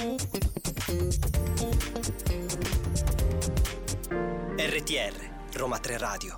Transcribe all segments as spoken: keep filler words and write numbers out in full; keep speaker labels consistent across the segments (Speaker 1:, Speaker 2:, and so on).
Speaker 1: R T R, Roma tre Radio.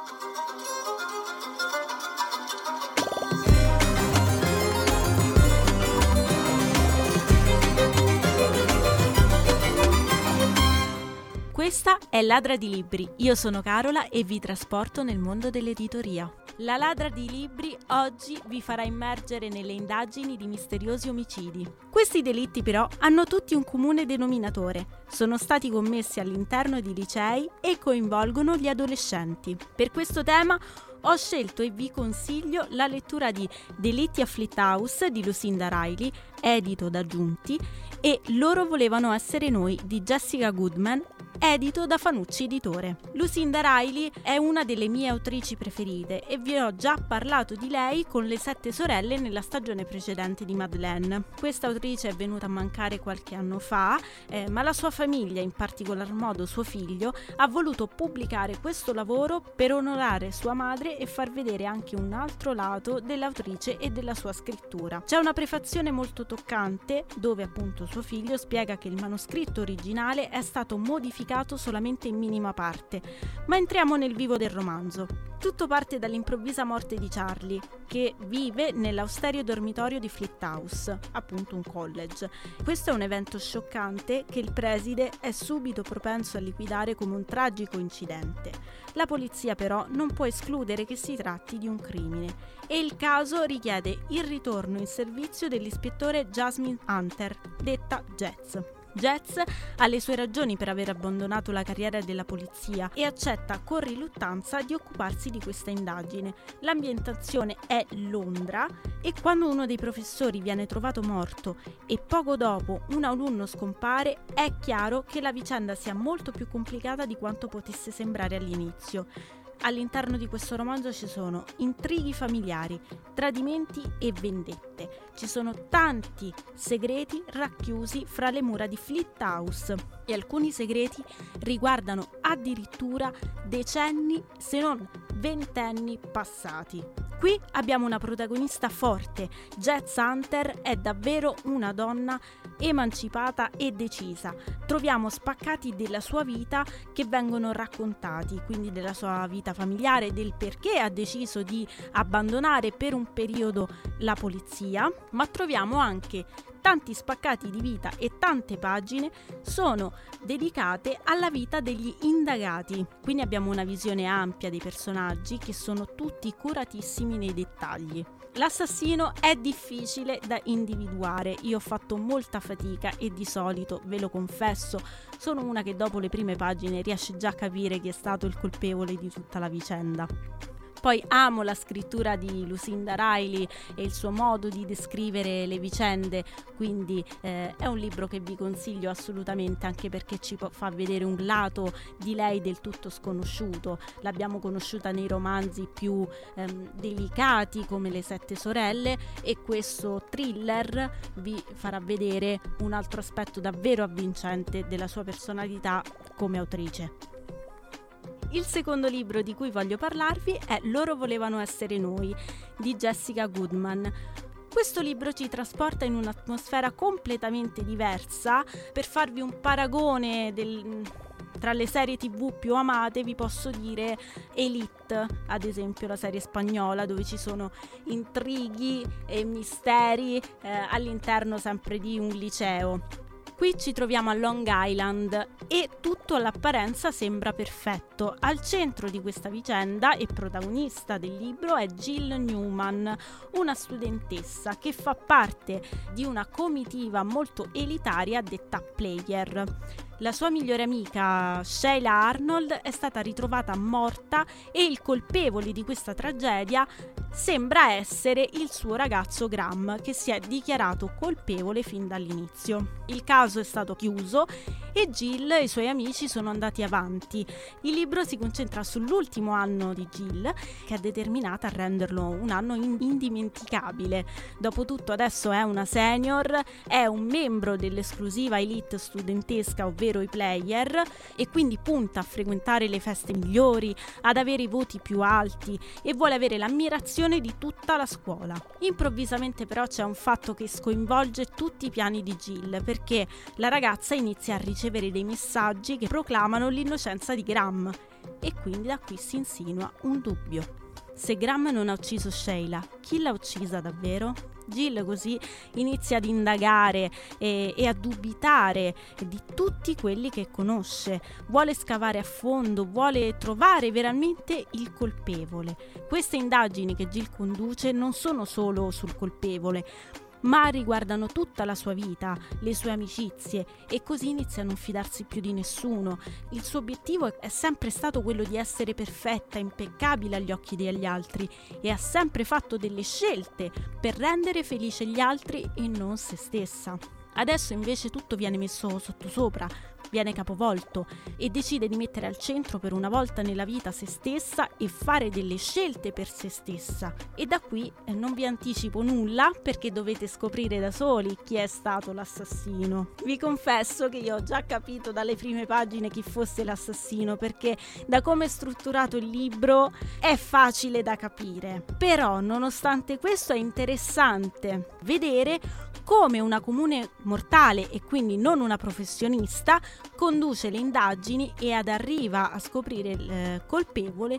Speaker 2: Questa è Ladra di Libri, io sono Carola e vi trasporto nel mondo dell'editoria. La Ladra di Libri oggi vi farà immergere nelle indagini di misteriosi omicidi. Questi delitti però hanno tutti un comune denominatore, sono stati commessi all'interno di licei e coinvolgono gli adolescenti. Per questo tema ho scelto e vi consiglio la lettura di Delitti a Fleet House di Lucinda Riley, edito da Giunti, e Loro volevano essere noi di Jessica Goodman, edito da Fanucci Editore. Lucinda Riley è una delle mie autrici preferite e vi ho già parlato di lei con Le Sette Sorelle nella stagione precedente di Madeleine. Questa autrice è venuta a mancare qualche anno fa, eh, ma la sua famiglia, in particolar modo suo figlio, ha voluto pubblicare questo lavoro per onorare sua madre e far vedere anche un altro lato dell'autrice e della sua scrittura. C'è una prefazione molto toccante dove appunto suo figlio spiega che il manoscritto originale è stato modificato solamente in minima parte, ma entriamo nel vivo del romanzo. Tutto parte dall'improvvisa morte di Charlie, che vive nell'austereo dormitorio di Fleet House, appunto un college. Questo è un evento scioccante che il preside è subito propenso a liquidare come un tragico incidente. La polizia però non può escludere che si tratti di un crimine e il caso richiede il ritorno in servizio dell'ispettore Jasmine Hunter, detta Jazz. Jazz ha le sue ragioni per aver abbandonato la carriera della polizia e accetta con riluttanza di occuparsi di questa indagine. L'ambientazione è Londra e quando uno dei professori viene trovato morto e poco dopo un alunno scompare, è chiaro che la vicenda sia molto più complicata di quanto potesse sembrare all'inizio. All'interno di questo romanzo ci sono intrighi familiari, tradimenti e vendette. Ci sono tanti segreti racchiusi fra le mura di Fleet House e alcuni segreti riguardano addirittura decenni, se non ventenni passati. Qui abbiamo una protagonista forte. Jazz Hunter è davvero una donna emancipata e decisa. Troviamo spaccati della sua vita che vengono raccontati, quindi della sua vita familiare, del perché ha deciso di abbandonare per un periodo la polizia, ma troviamo anche tanti spaccati di vita e tante pagine sono dedicate alla vita degli indagati. Quindi abbiamo una visione ampia dei personaggi che sono tutti curatissimi nei dettagli. L'assassino è difficile da individuare, io ho fatto molta fatica e di solito, ve lo confesso, sono una che dopo le prime pagine riesce già a capire chi è stato il colpevole di tutta la vicenda. Poi amo la scrittura di Lucinda Riley e il suo modo di descrivere le vicende, quindi eh, è un libro che vi consiglio assolutamente, anche perché ci fa vedere un lato di lei del tutto sconosciuto. L'abbiamo conosciuta nei romanzi più ehm, delicati come Le Sette Sorelle e questo thriller vi farà vedere un altro aspetto davvero avvincente della sua personalità come autrice. Il secondo libro di cui voglio parlarvi è Loro volevano essere noi di Jessica Goodman. Questo libro ci trasporta in un'atmosfera completamente diversa. Per farvi un paragone del, tra le serie tv più amate vi posso dire Elite, ad esempio la serie spagnola, dove ci sono intrighi e misteri eh, all'interno sempre di un liceo. Qui ci troviamo a Long Island e tutto all'apparenza sembra perfetto. Al centro di questa vicenda e protagonista del libro è Jill Newman, una studentessa che fa parte di una comitiva molto elitaria detta Player. La sua migliore amica Sheila Arnold è stata ritrovata morta e il colpevole di questa tragedia sembra essere il suo ragazzo Graham, che si è dichiarato colpevole fin dall'inizio. Il caso è stato chiuso e Jill e i suoi amici sono andati avanti. Il libro si concentra sull'ultimo anno di Jill, che è determinata a renderlo un anno indimenticabile. Dopotutto adesso è una senior, è un membro dell'esclusiva elite studentesca, ovvero i player, e quindi punta a frequentare le feste migliori, ad avere i voti più alti e vuole avere l'ammirazione di tutta la scuola. Improvvisamente però c'è un fatto che sconvolge tutti i piani di Jill, perché la ragazza inizia a ricevere dei messaggi che proclamano l'innocenza di Graham e quindi da qui si insinua un dubbio. Se Graham non ha ucciso Sheila, chi l'ha uccisa davvero? Jill così inizia ad indagare e, e a dubitare di tutti quelli che conosce, vuole scavare a fondo, vuole trovare veramente il colpevole. Queste indagini che Jill conduce non sono solo sul colpevole, ma riguardano tutta la sua vita, le sue amicizie, e così inizia a non fidarsi più di nessuno. Il suo obiettivo è sempre stato quello di essere perfetta, impeccabile agli occhi degli altri, e ha sempre fatto delle scelte per rendere felice gli altri e non se stessa. Adesso invece tutto viene messo sottosopra, viene capovolto, e decide di mettere al centro per una volta nella vita se stessa e fare delle scelte per se stessa. E da qui eh, non vi anticipo nulla, perché dovete scoprire da soli chi è stato l'assassino. Vi confesso che io ho già capito dalle prime pagine chi fosse l'assassino, perché da come è strutturato il libro è facile da capire. Però nonostante questo è interessante vedere come una comune mortale, e quindi non una professionista, conduce le indagini e ad arriva a scoprire il eh, colpevole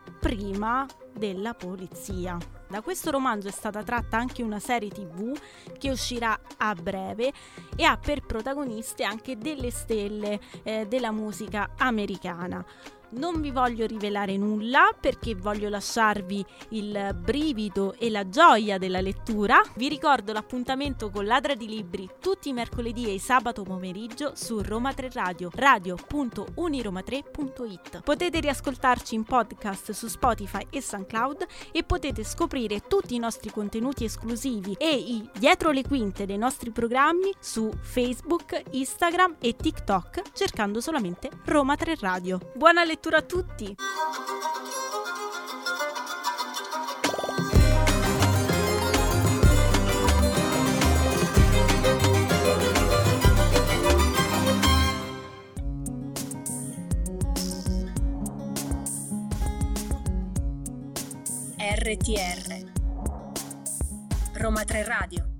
Speaker 2: prima della polizia. Da questo romanzo è stata tratta anche una serie tivù che uscirà a breve e ha per protagoniste anche delle stelle eh, della musica americana. Non vi voglio rivelare nulla perché voglio lasciarvi il brivido e la gioia della lettura. Vi ricordo l'appuntamento con Ladra di Libri tutti i mercoledì e i sabato pomeriggio su Roma tre Radio, radio punto uniroma tre punto it. Potete riascoltarci in podcast su Spotify e SoundCloud e potete scoprire tutti i nostri contenuti esclusivi e i dietro le quinte dei nostri programmi su Facebook, Instagram e TikTok cercando solamente Roma tre Radio. Buona lettura a tutti!
Speaker 3: R T R Roma tre Radio.